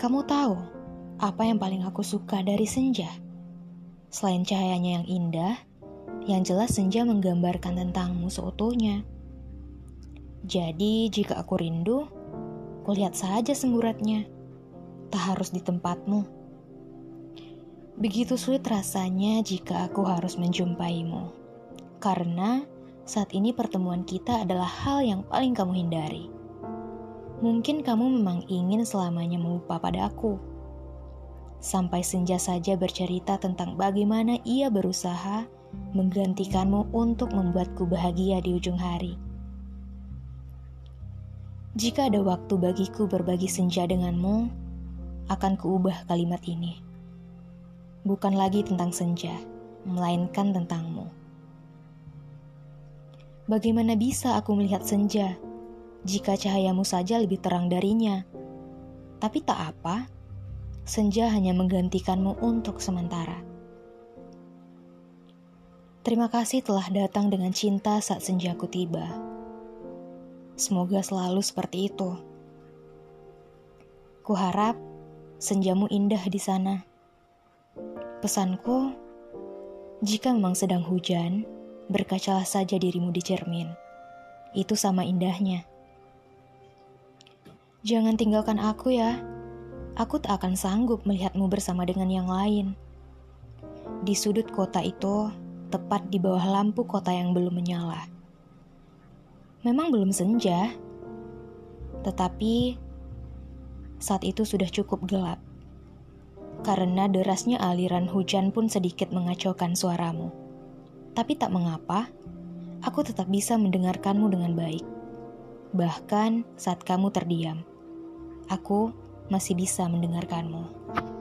Kamu tahu apa yang paling aku suka dari senja? Selain cahayanya yang indah, yang jelas senja menggambarkan tentangmu seutuhnya. Jadi jika aku rindu, kulihat saja semburatnya. Tak harus di tempatmu. Begitu sulit rasanya jika aku harus menjumpaimu. Karena saat ini pertemuan kita adalah hal yang paling kamu hindari. Mungkin kamu memang ingin selamanya melupa pada aku. Sampai senja saja bercerita tentang bagaimana ia berusaha menggantikanmu untuk membuatku bahagia di ujung hari. Jika ada waktu bagiku berbagi senja denganmu, akan kuubah kalimat ini. Bukan lagi tentang senja, melainkan tentangmu. Bagaimana bisa aku melihat senja jika cahayamu saja lebih terang darinya? Tapi tak apa, senja hanya menggantikanmu untuk sementara. Terima kasih telah datang dengan cinta saat senjaku tiba. Semoga selalu seperti itu. Kuharap senjamu indah di sana. Pesanku, jika memang sedang hujan, berkacalah saja dirimu di cermin. Itu sama indahnya. Jangan tinggalkan aku ya. Aku tak akan sanggup melihatmu bersama dengan yang lain. Di sudut kota itu, tepat di bawah lampu kota yang belum menyala. Memang belum senja, tetapi saat itu sudah cukup gelap. Karena derasnya aliran hujan pun sedikit mengacaukan suaramu. Tapi tak mengapa, aku tetap bisa mendengarkanmu dengan baik. Bahkan saat kamu terdiam, aku masih bisa mendengarkanmu.